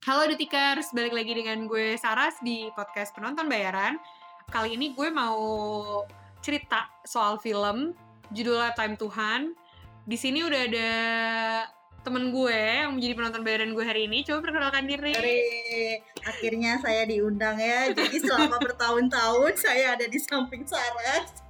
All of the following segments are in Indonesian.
Halo Detikers, balik lagi dengan gue Saras di podcast Penonton Bayaran. Kali ini gue mau cerita soal film, judulnya Time Tuhan. Di sini udah ada temen gue yang menjadi penonton bayaran gue hari ini. Coba perkenalkan diri. Akhirnya saya diundang ya. Jadi selama bertahun-tahun saya ada di samping Saras.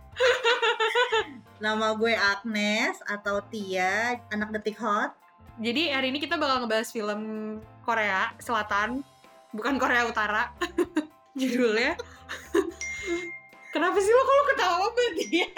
Nama gue Agnes atau Tia, anak Detik Hot. Jadi hari ini kita bakal ngebahas film Korea Selatan, bukan Korea Utara. Judulnya. Kenapa sih lo kalau ketawa banget ya?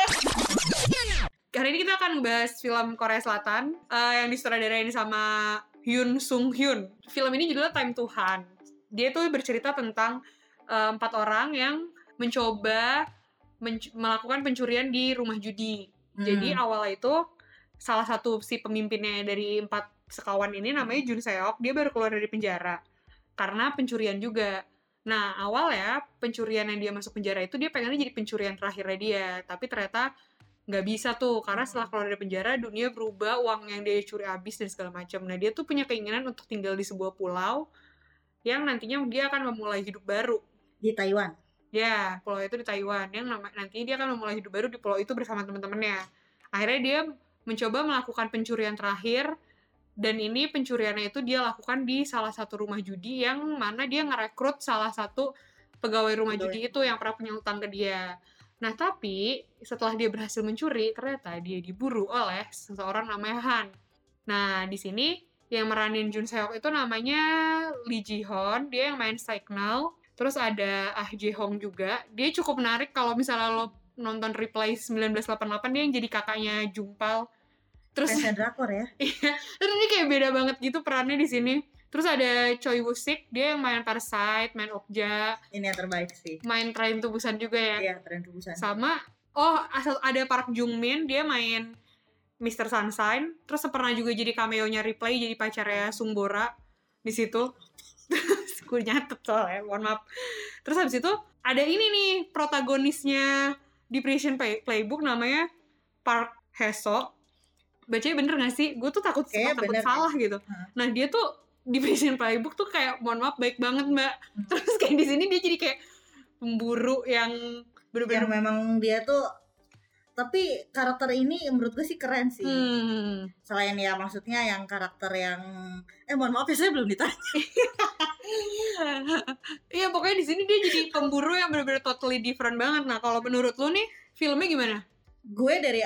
Hari ini kita akan ngebahas film Korea Selatan yang disutradarain sama Yoon Sung Hyun. Film ini judulnya Time Tuhan. Dia tuh bercerita tentang 4 orang yang mencoba melakukan pencurian di rumah judi. Jadi awalnya itu salah satu si pemimpinnya dari 4 sekawan ini namanya Jun Seok, dia baru keluar dari penjara karena pencurian juga. Nah, awalnya pencurian yang dia masuk penjara itu dia pengennya jadi pencurian terakhirnya dia, tapi ternyata nggak bisa tuh, karena setelah keluar dari penjara dunia berubah, uang yang dia curi habis dan segala macam. Nah, dia tuh punya keinginan untuk tinggal di sebuah pulau yang nantinya dia akan memulai hidup baru di Taiwan. Ya, pulau itu di Taiwan, yang nantinya dia akan memulai hidup baru di pulau itu bersama teman-temannya. Akhirnya dia mencoba melakukan pencurian terakhir, dan ini pencuriannya itu dia lakukan di salah satu rumah judi yang mana dia ngerekrut salah satu pegawai rumah judi itu yang pernah punya utang ke dia. Nah, tapi setelah dia berhasil mencuri, ternyata dia diburu oleh seseorang namanya Han. Nah, di sini yang meranin Jun Seok itu namanya Lee Ji Hoon, dia yang main Signal. Terus ada Ah Jae Hong juga. Dia cukup menarik kalau misalnya lo nonton Reply 1988, dia yang jadi kakaknya Jumpal. Terus drakor ya. Iya, terus ini kayak beda banget gitu perannya di sini. Terus ada Choi Woo-sik, dia yang main Parasite, main Okja. Ini yang terbaik sih. Main Train to Busan juga ya. Iya, Train to Busan. Sama ada Park Jung Min, dia main Mr. Sunshine. Terus pernah juga jadi cameo-nya Replay, jadi pacarnya Sung Bora di situ. Gue nyatet soalnya, mohon maaf. Terus habis itu ada ini nih protagonisnya di Prison Playbook namanya Park Hae-suk. Bacanya bener gak sih? Gue tuh takut salah gitu. Nah, dia tuh di Prison Playbook tuh kayak mohon maaf baik banget, Mbak. Terus kayak di sini dia jadi kayak pemburu yang bener-bener yang memang dia tuh, tapi karakter ini menurut gue sih keren sih. Selain ya maksudnya yang karakter yang mohon maaf ya saya belum ditanya. Iya, pokoknya di sini dia jadi pemburu yang bener-bener totally different banget. Nah, kalau menurut lu nih filmnya gimana? Gue dari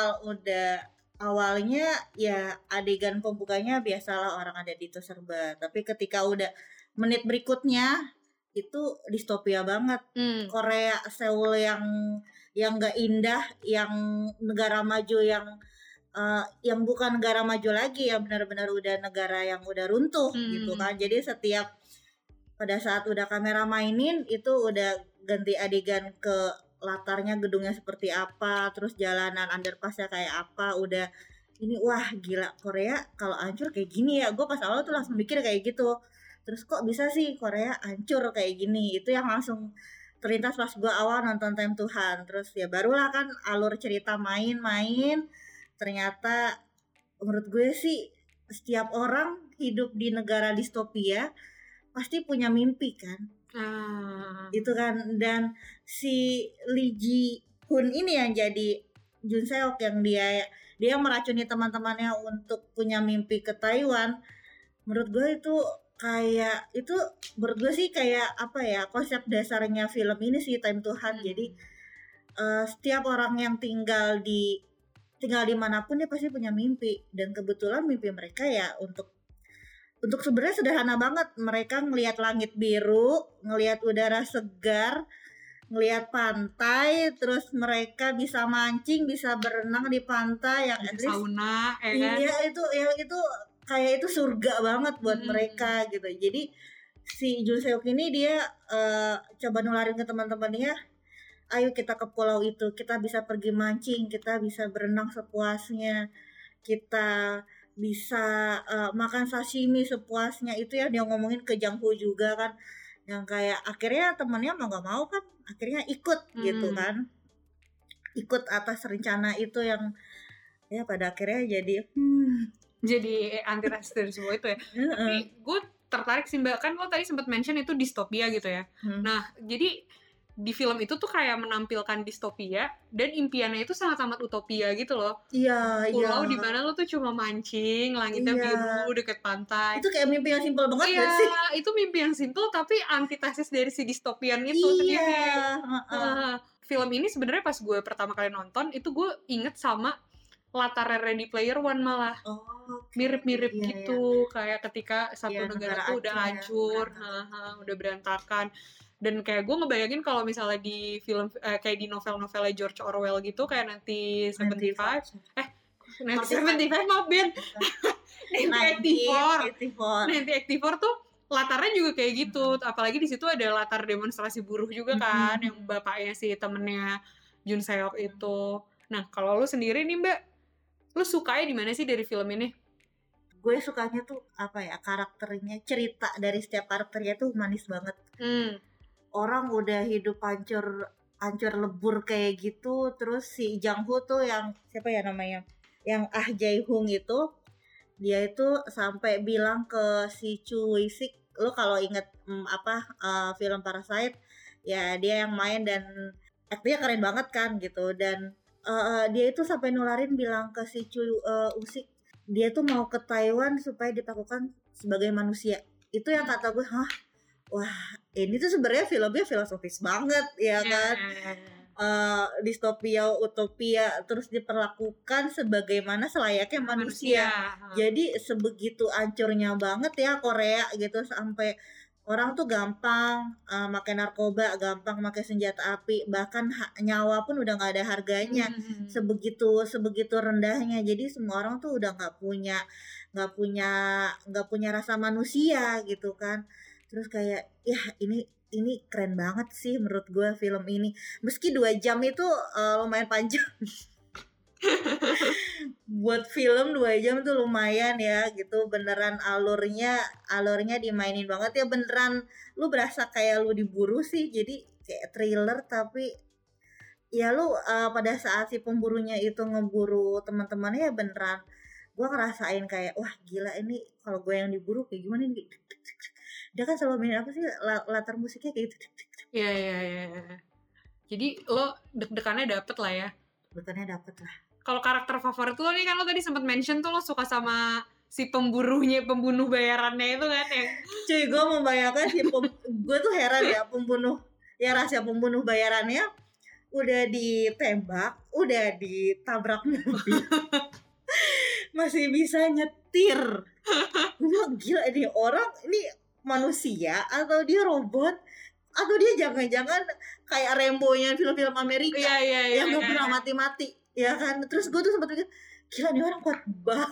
awalnya ya adegan pembukanya biasalah orang ada di itu serba, tapi ketika udah menit berikutnya itu distopia banget. Korea Seoul yang nggak indah, yang negara maju yang bukan negara maju lagi, yang benar-benar udah negara yang udah runtuh gitu kan. Jadi setiap pada saat udah kamera mainin itu udah ganti adegan ke latarnya gedungnya seperti apa, terus jalanan underpassnya kayak apa, udah ini wah gila Korea kalau hancur kayak gini ya. Gue pas awal tuh langsung mikir kayak gitu, terus kok bisa sih Korea hancur kayak gini, itu yang langsung terlintas pas gue awal nonton Time Tuhan. Terus ya barulah kan alur cerita main-main, ternyata menurut gue sih setiap orang hidup di negara distopia pasti punya mimpi kan. Itu kan, dan si Lee Ji Hoon ini yang jadi Jun Seok, yang dia meracuni teman-temannya untuk punya mimpi ke Taiwan. Menurut gue itu menurut gue sih kayak apa ya, konsep dasarnya film ini sih Time Tuhan. Jadi setiap orang yang tinggal dimanapun dia pasti punya mimpi, dan kebetulan mimpi mereka ya untuk sebenarnya sederhana banget. Mereka ngelihat langit biru, ngelihat udara segar, ngelihat pantai, terus mereka bisa mancing, bisa berenang di pantai yang sauna, iya itu kayak itu surga banget buat mereka gitu. Jadi si Jun Seok ini dia coba nularin ke teman-temannya, ayo kita ke pulau itu, kita bisa pergi mancing, kita bisa berenang sepuasnya, kita bisa makan sashimi sepuasnya. Itu ya dia ngomongin ke Jang Ho juga kan, yang kayak akhirnya temennya mau gak mau kan akhirnya ikut gitu kan, ikut atas rencana itu yang ya pada akhirnya jadi anti rasis dari semua itu ya. Tapi gue tertarik sih Mbak, kan lo tadi sempat mention itu distopia gitu ya. Nah, jadi di film itu tuh kayak menampilkan distopia dan impiannya itu sangat amat utopia gitu loh. Iya, Pulau di mana lo tuh cuma mancing, langitnya biru, deket pantai. Itu kayak mimpi yang simpel banget gak sih? Iya, itu mimpi yang simpel tapi antitesis dari si distopian itu sendiri. Film ini sebenarnya pas gue pertama kali nonton, itu gue inget sama latar Ready Player One malah. Mirip-mirip gitu, kayak ketika satu negara tuh udah hancur, udah berantakan. Dan kayak gue ngebayangin kalau misalnya di film kayak di novel-novelnya George Orwell gitu, kayak nanti 75 maaf Ben 1984 tuh latarnya juga kayak gitu. Apalagi di situ ada latar demonstrasi buruh juga kan, yang bapaknya si temennya Jun Seok itu. Nah kalau lu sendiri nih Mbak, lu sukanya di mana sih dari film ini? Gue sukanya tuh apa ya, karakternya, cerita dari setiap karakternya tuh manis banget. Orang udah hidup hancur lebur kayak gitu, terus si Jang Ho tuh yang siapa ya namanya, yang Jae Hong itu, dia itu sampai bilang ke si Chu Wei-sik, lo kalau inget film Parasite ya, dia yang main dan aktingnya keren banget kan gitu. Dan dia itu sampai nularin bilang ke si Chu Wei-sik, dia tuh mau ke Taiwan supaya diperlakukan sebagai manusia. Itu yang kata gue, wah ini tuh sebenarnya filmnya filosofis banget ya kan. Distopia, utopia, terus diperlakukan sebagaimana selayaknya manusia. Jadi sebegitu hancurnya banget ya Korea gitu, sampai orang tuh gampang pakai narkoba, gampang pakai senjata api, bahkan nyawa pun udah nggak ada harganya. Sebegitu rendahnya. Jadi semua orang tuh udah nggak punya rasa manusia gitu kan. Terus kayak ya ini keren banget sih menurut gue film ini. Meski 2 jam itu lumayan panjang. Buat film 2 jam tuh lumayan ya gitu. Beneran alurnya dimainin banget ya, beneran lu berasa kayak lu diburu sih. Jadi kayak thriller, tapi ya lu pada saat si pemburunya itu ngeburu teman-temannya ya beneran gue ngerasain kayak wah gila, ini kalau gue yang diburu kayak gimana nih. Dia kan selalu main apa sih, latar musiknya kayak gitu. Iya. Jadi lo deg-degannya dapet lah ya. Kalau karakter favorit lo nih, kan lo tadi sempat mention tuh lo suka sama si pembunuh bayarannya itu kan yang. Cuy, gue membayangkan gue tuh heran ya, rahasia pembunuh bayarannya udah ditembak, udah ditabrak mobil, masih bisa nyetir. Gue gila, ini orang ini manusia atau dia robot, atau dia jangan-jangan kayak Rambo-nya film-film Amerika yang gak pernah mati-mati ya kan. Terus gue tuh sempat pikir gila nih orang kuat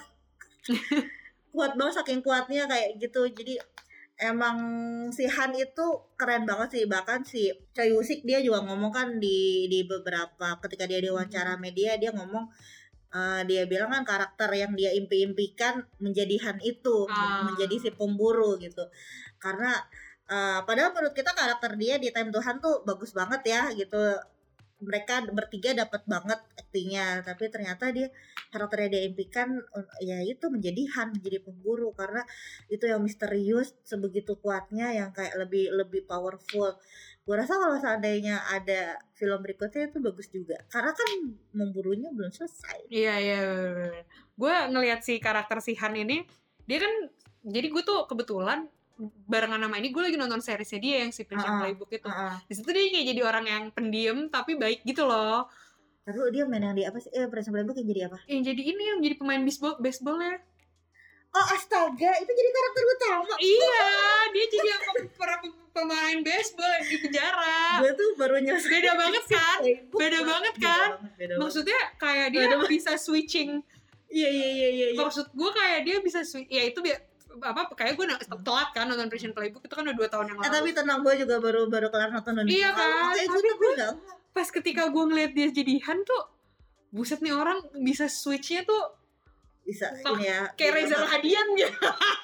banget saking kuatnya kayak gitu. Jadi emang si Han itu keren banget sih. Bahkan si Choi Woo-sik dia juga ngomong kan di beberapa ketika dia diwawancara media, dia ngomong dia bilang kan karakter yang dia impikan menjadi Han itu, menjadi si pemburu gitu. Karena padahal menurut kita karakter dia di Time to Hunt tuh bagus banget ya gitu. Mereka bertiga dapat banget aktingnya, tapi ternyata karakternya dia impikan ya itu menjadi Han, menjadi pemburu, karena itu yang misterius sebegitu kuatnya, yang kayak lebih powerful. Gue rasa kalau seandainya ada film berikutnya itu bagus juga, karena kan memburunya belum selesai. Iya. Gue ngelihat si karakter si Han ini, dia kan, jadi gue tuh kebetulan barengan sama ini gue lagi nonton seriesnya dia yang si Prison Playbook itu. Di situ dia kayak jadi orang yang pendiam tapi baik gitu loh. Tapi dia main yang di apa sih? Prison Playbook yang jadi apa? Yang jadi ini, yang jadi pemain baseballnya. Oh astaga, itu jadi karakter utama. Iya, dia jadi pemain baseball yang di penjara. Gue tuh baru nyesel. Beda banget kan? Maksudnya kayak dia bisa switching. Iya. Maksud gue kayak dia bisa switch. Ya itu kayak gue telat kan nonton Prison Playbook, itu kan udah 2 tahun yang lalu. Tapi tenang, gue juga baru kelar nonton. Iya kan? Tapi gue pas ketika gue ngeliat dia jadi Han tuh, buset nih orang bisa switchnya tuh bisa ini ya. Kayak Reza Rahadian gitu.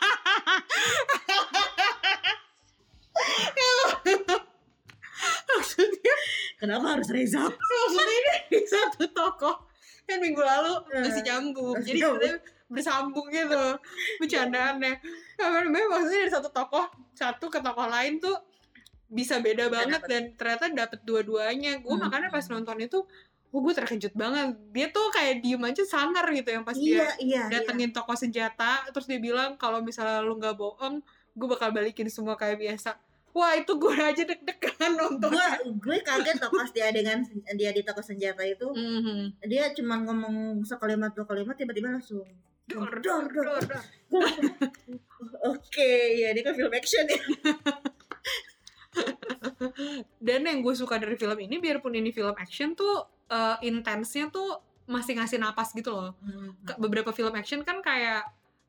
Maksudnya kenapa harus Reza? Maksudnya ini di satu tokoh kan minggu lalu masih nyambung. Jadi bersambung gitu bercandaannya. Maksudnya dari satu ke tokoh lain tuh bisa beda banget dan ternyata dapet dua-duanya. Gue makanya pas nonton itu gue terkejut banget. Dia tuh kayak diem aja sangar gitu yang pas dia datengin toko senjata, terus dia bilang kalau misalnya lu nggak bohong, gue bakal balikin semua kayak biasa. Wah itu gue aja deg-degan nontonnya. Gue kaget tuh pas dia di toko senjata itu. Dia cuma ngomong sekalimat dua kalimat, tiba-tiba langsung dor. Oke, ya ini kan film action ya. Dan yang gue suka dari film ini, biarpun ini film action tuh intensnya tuh masih ngasih napas gitu loh. Beberapa film action kan kayak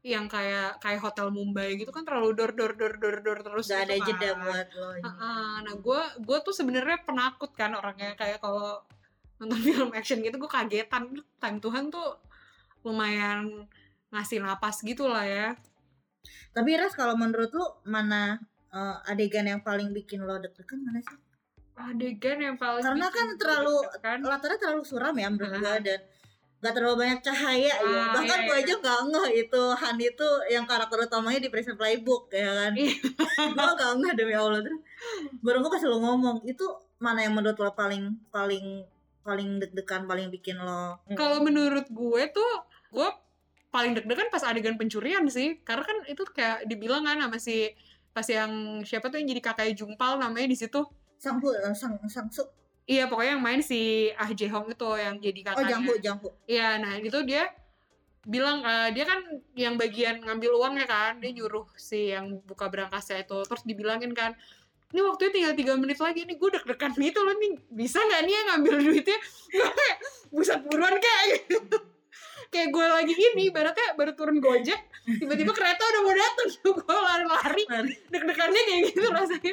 Hotel Mumbai gitu kan terlalu dor terus. Gak ada gitu jeda buat lo. Nah gue tuh sebenarnya penakut kan orangnya, kayak kalau nonton film action gitu gue kagetan. Time Tuhan tuh lumayan ngasih napas gitu lah ya. Tapi Ras, kalau menurut lo mana adegan yang paling bikin lo deg-degan mana sih? Adegan yang paling, karena kan latarnya terlalu suram ya menurut gue, dan gak terlalu banyak cahaya ya. Bahkan gue aja gak ngeh itu Han itu yang karakter utamanya di Prison Playbook ya kan. Gue gak ngeh demi Allah. Baru gue kasih lo ngomong, itu mana yang menurut lo paling deg-degan, paling bikin lo? Kalau menurut gue tuh, gue paling deg-degan pas adegan pencurian sih. Karena kan itu kayak dibilang kan sama si pas yang siapa tuh yang jadi kakaknya Jumpal namanya di situ. Sang-Soo. Iya, pokoknya yang main si Ah Jae Hong itu yang jadi kakaknya. Oh, Jang-Ho. Iya, nah itu dia bilang dia kan yang bagian ngambil uangnya kan, dia nyuruh si yang buka berangkasnya itu, terus dibilangin kan, ini waktunya tinggal 3 menit lagi, nih gue deg-degan gitu loh, nih bisa nggak nih yang ngambil duitnya? Buset buruan kayak gitu. Kayak gue lagi ini, ibaratnya baru turun Gojek, tiba-tiba kereta udah mau datang, gue lari-lari, deg-degannya kayak gitu rasanya.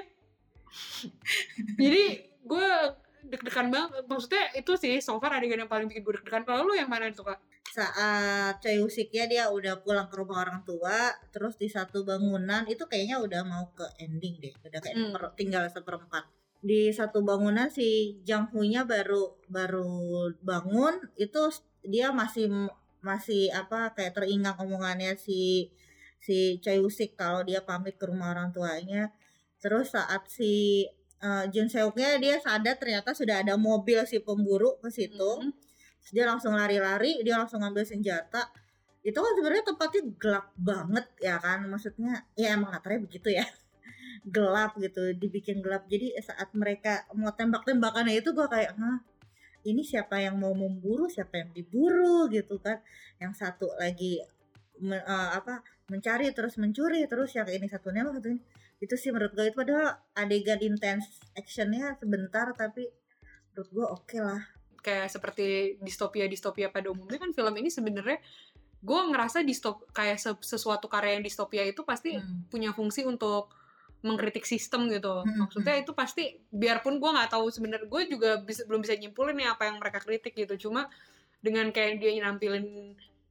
Jadi gue deg-degan banget, maksudnya itu sih so far adegan yang paling bikin gue deg-degan. Kalau lu yang mana itu Kak? Saat Choi Woo-siknya dia udah pulang ke rumah orang tua, terus di satu bangunan itu kayaknya udah mau ke ending deh, udah kayak tinggal 1/4. Di satu bangunan si Jang Hu-nya baru bangun, itu dia masih apa kayak teringat omongannya si Choi Woo-sik kalau dia pamit ke rumah orang tuanya. Terus saat si Jun Seoknya dia sadar ternyata sudah ada mobil si pemburu ke situ. Terus dia langsung lari-lari, dia langsung ngambil senjata. Itu kan sebenarnya tempatnya gelap banget ya kan, maksudnya ya emang latarnya begitu ya. Gelap gitu, dibikin gelap. Jadi saat mereka mau tembak-tembakannya itu gue kayak, ini siapa yang mau memburu, siapa yang diburu gitu kan. Yang satu lagi mencari terus mencuri, terus yang ini satunya itu sih menurut gue itu padahal adegan intense actionnya sebentar, tapi menurut gue oke lah. Kayak seperti distopia pada umumnya kan film ini sebenarnya gue ngerasa kayak sesuatu karya yang distopia itu pasti punya fungsi untuk mengkritik sistem gitu. Maksudnya itu pasti, biarpun gue nggak tahu sebenarnya, gue juga belum bisa nyimpulin nih apa yang mereka kritik gitu. Cuma dengan kayak dia nampilin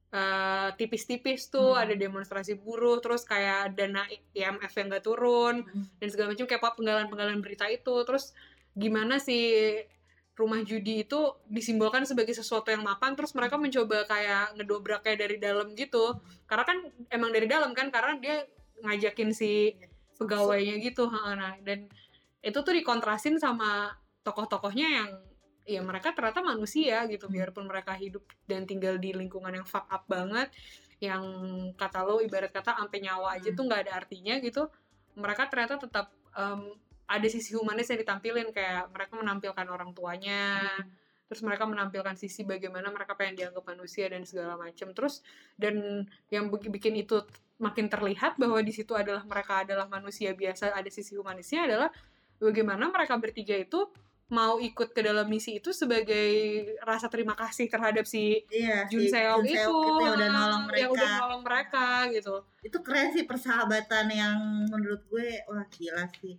tipis-tipis tuh ada demonstrasi buruh, terus kayak dana IMF yang gak turun dan segala macam, kayak penggalan berita itu. Terus gimana sih rumah judi itu disimbolkan sebagai sesuatu yang mapan, terus mereka mencoba kayak ngedobraknya dari dalam gitu, karena kan emang dari dalam kan, karena dia ngajakin si pegawainya gitu. Nah, dan itu tuh dikontrasin sama tokoh-tokohnya yang ya mereka ternyata manusia gitu, biarpun mereka hidup dan tinggal di lingkungan yang fuck up banget, yang kata lo ibarat kata sampai nyawa aja tuh nggak ada artinya gitu, mereka ternyata tetap ada sisi humanis yang ditampilin, kayak mereka menampilkan orang tuanya, terus mereka menampilkan sisi bagaimana mereka pengen dianggap manusia dan segala macam. Terus dan yang bikin itu makin terlihat bahwa di situ mereka adalah manusia biasa, ada sisi humanisnya, adalah bagaimana mereka bertiga itu mau ikut ke dalam misi itu sebagai rasa terima kasih terhadap si Jun Seok itu yang udah nolong mereka gitu. Itu keren sih persahabatan yang menurut gue wah gila sih.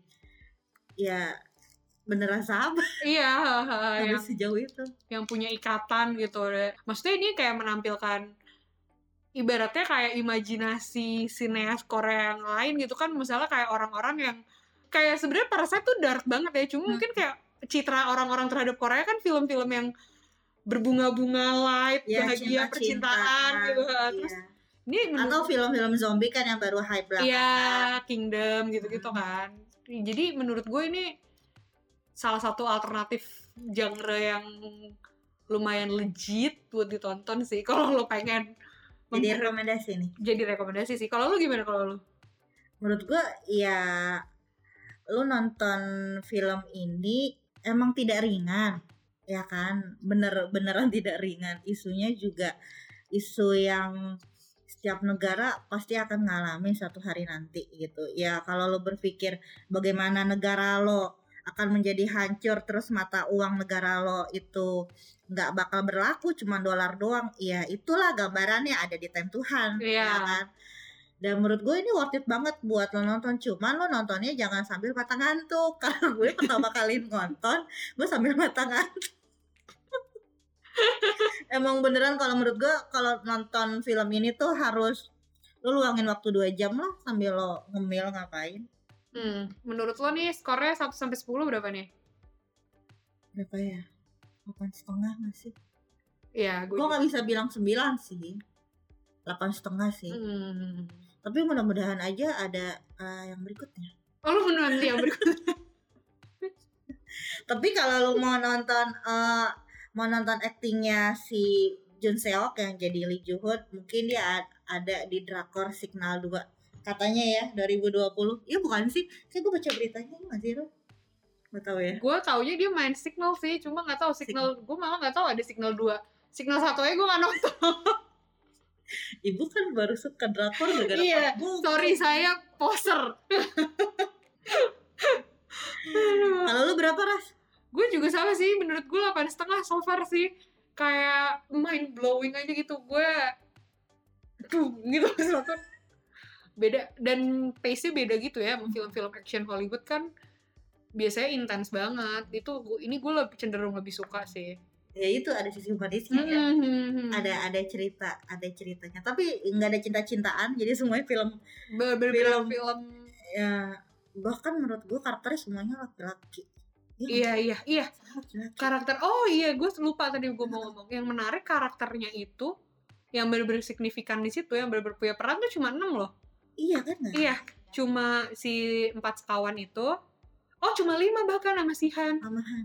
Ya beneran sahabat. Iya, yang sejauh itu. Yang punya ikatan gitu. Maksudnya ini kayak menampilkan ibaratnya kayak imajinasi sineas Korea yang lain gitu kan. Misalnya kayak orang-orang yang kayak sebenarnya Parasite tuh dark banget ya. Cuma mungkin kayak citra orang-orang terhadap Korea kan film-film yang berbunga-bunga light, bahagia, percintaan gitu. Terus Atau film-film zombie kan yang baru hype belakangan. Iya, Kingdom gitu-gitu kan. Jadi menurut gue ini salah satu alternatif genre yang lumayan legit buat ditonton sih kalau lo pengen. Jadi rekomendasi nih. Jadi rekomendasi sih. Kalau lo gimana kalau lo? Menurut gue ya lo nonton film ini emang tidak ringan, ya kan? Beneran tidak ringan. Isunya juga isu yang setiap negara pasti akan ngalamin suatu hari nanti gitu. Ya kalau lo berpikir bagaimana negara lo akan menjadi hancur, terus mata uang negara lo itu nggak bakal berlaku, cuma dolar doang, ya itulah gambarannya ada di time Tuhan, ya kan. Dan menurut gue ini worth it banget buat lo nonton, cuman lo nontonnya jangan sambil mata ngantuk. Karena gue pertama kali nonton gue sambil mata ngantuk. Emang beneran kalau menurut gue kalau nonton film ini tuh harus lo luangin waktu 2 jam lah sambil lo ngemil ngapain. Menurut lo nih skornya 1-10 berapa nih? Berapa ya? 8,5 gak sih? Iya, gue gak bisa bilang 9 sih, 8,5 sih. Tapi mudah-mudahan aja ada yang berikutnya. Oh, lu menanti yang berikutnya. Tapi kalau lu mau nonton aktingnya si Jun Seok yang jadi Lee Joo Hoon, mungkin dia ada di drakor Signal 2 katanya ya 2020. Iya bukan sih? Kayak gue baca beritanya nggak sih lo? Gak tahu ya. Gue taunya dia main Signal sih, cuma nggak tahu Signal. Gue malah nggak tahu ada Signal 2. Signal 1 aja gue nggak nonton. Ibu kan baru suka drakor gara-gara. Iya, sorry saya poser. Kalau lu berapa, Ras? Gue juga sama sih, menurut gue 8,5 so far sih. Kayak mind blowing aja gitu. Gue gitu nonton. Beda, dan pace-nya beda gitu ya. Film-film action Hollywood kan biasanya intens banget. Ini gue cenderung lebih suka sih. Ya itu ada sisi humanisnya ya. Ada ceritanya. Tapi nggak ada cinta-cintaan. Jadi semuanya film ya, bahkan menurut gue karakternya semuanya laki-laki. Iya. Karakter, gue lupa tadi gue mau ngomong. Yang menarik karakternya itu, yang benar-benar signifikan di situ, yang benar-benar punya peran tuh cuma 6 loh. Iya kan? Iya, cuma si 4 sekawan itu. Oh, cuma 5 bahkan sama si Han.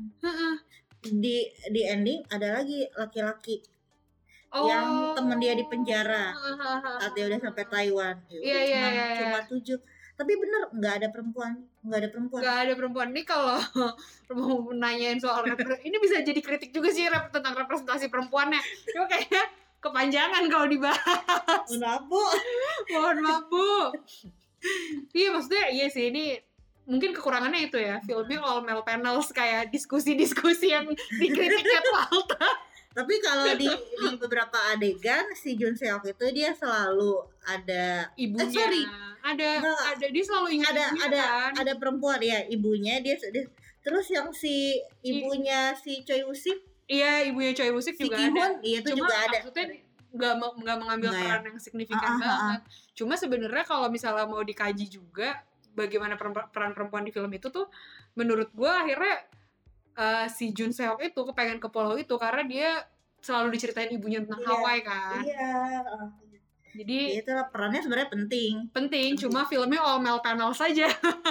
Di ending ada lagi laki-laki yang temen dia di penjara saat dia udah sampai Taiwan. Cuma 7. Tapi bener nggak ada perempuan. Nih kalau mau nanyain soal ini bisa jadi kritik juga sih tentang representasi perempuannya. Cuma kayaknya kepanjangan kalau dibahas. Mohon maaf bu. Iya maksudnya iya sih, ini mungkin kekurangannya itu ya, filmnya all male panels, kayak diskusi-diskusi yang dikritiknya Palta. Tapi kalau di beberapa adegan si Jun Seok itu dia selalu ada ibunya. Ada dia selalu ingat ada perempuan ya, ibunya dia terus yang si ibunya si Choi Woo-sik. Iya, ibunya Choi Woo-sik juga ada. Iya, itu juga ada. Maksudnya nggak mengambil peran yang signifikan banget. Cuma sebenarnya kalau misalnya mau dikaji juga bagaimana peran perempuan di film itu tuh, menurut gue akhirnya si Jun Seok itu kepengen ke pulau itu karena dia selalu diceritain ibunya tentang Hawaii kan. Jadi itulah perannya sebenarnya penting. Cuma filmnya all male panel saja.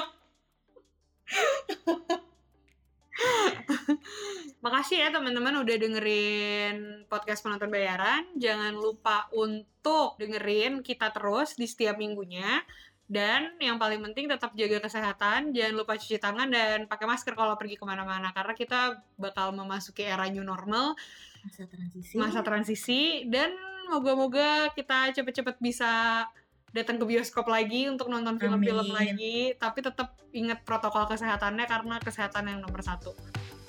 Makasih ya teman-teman udah dengerin podcast penonton bayaran. Jangan lupa untuk dengerin kita terus di setiap minggunya. Dan yang paling penting tetap jaga kesehatan. Jangan lupa cuci tangan dan pakai masker kalau pergi kemana-mana. Karena kita bakal memasuki era new normal. Masa transisi. Dan moga-moga kita cepet-cepet bisa datang ke bioskop lagi untuk nonton film-film lagi. Tapi tetap ingat protokol kesehatannya karena kesehatan yang nomor 1.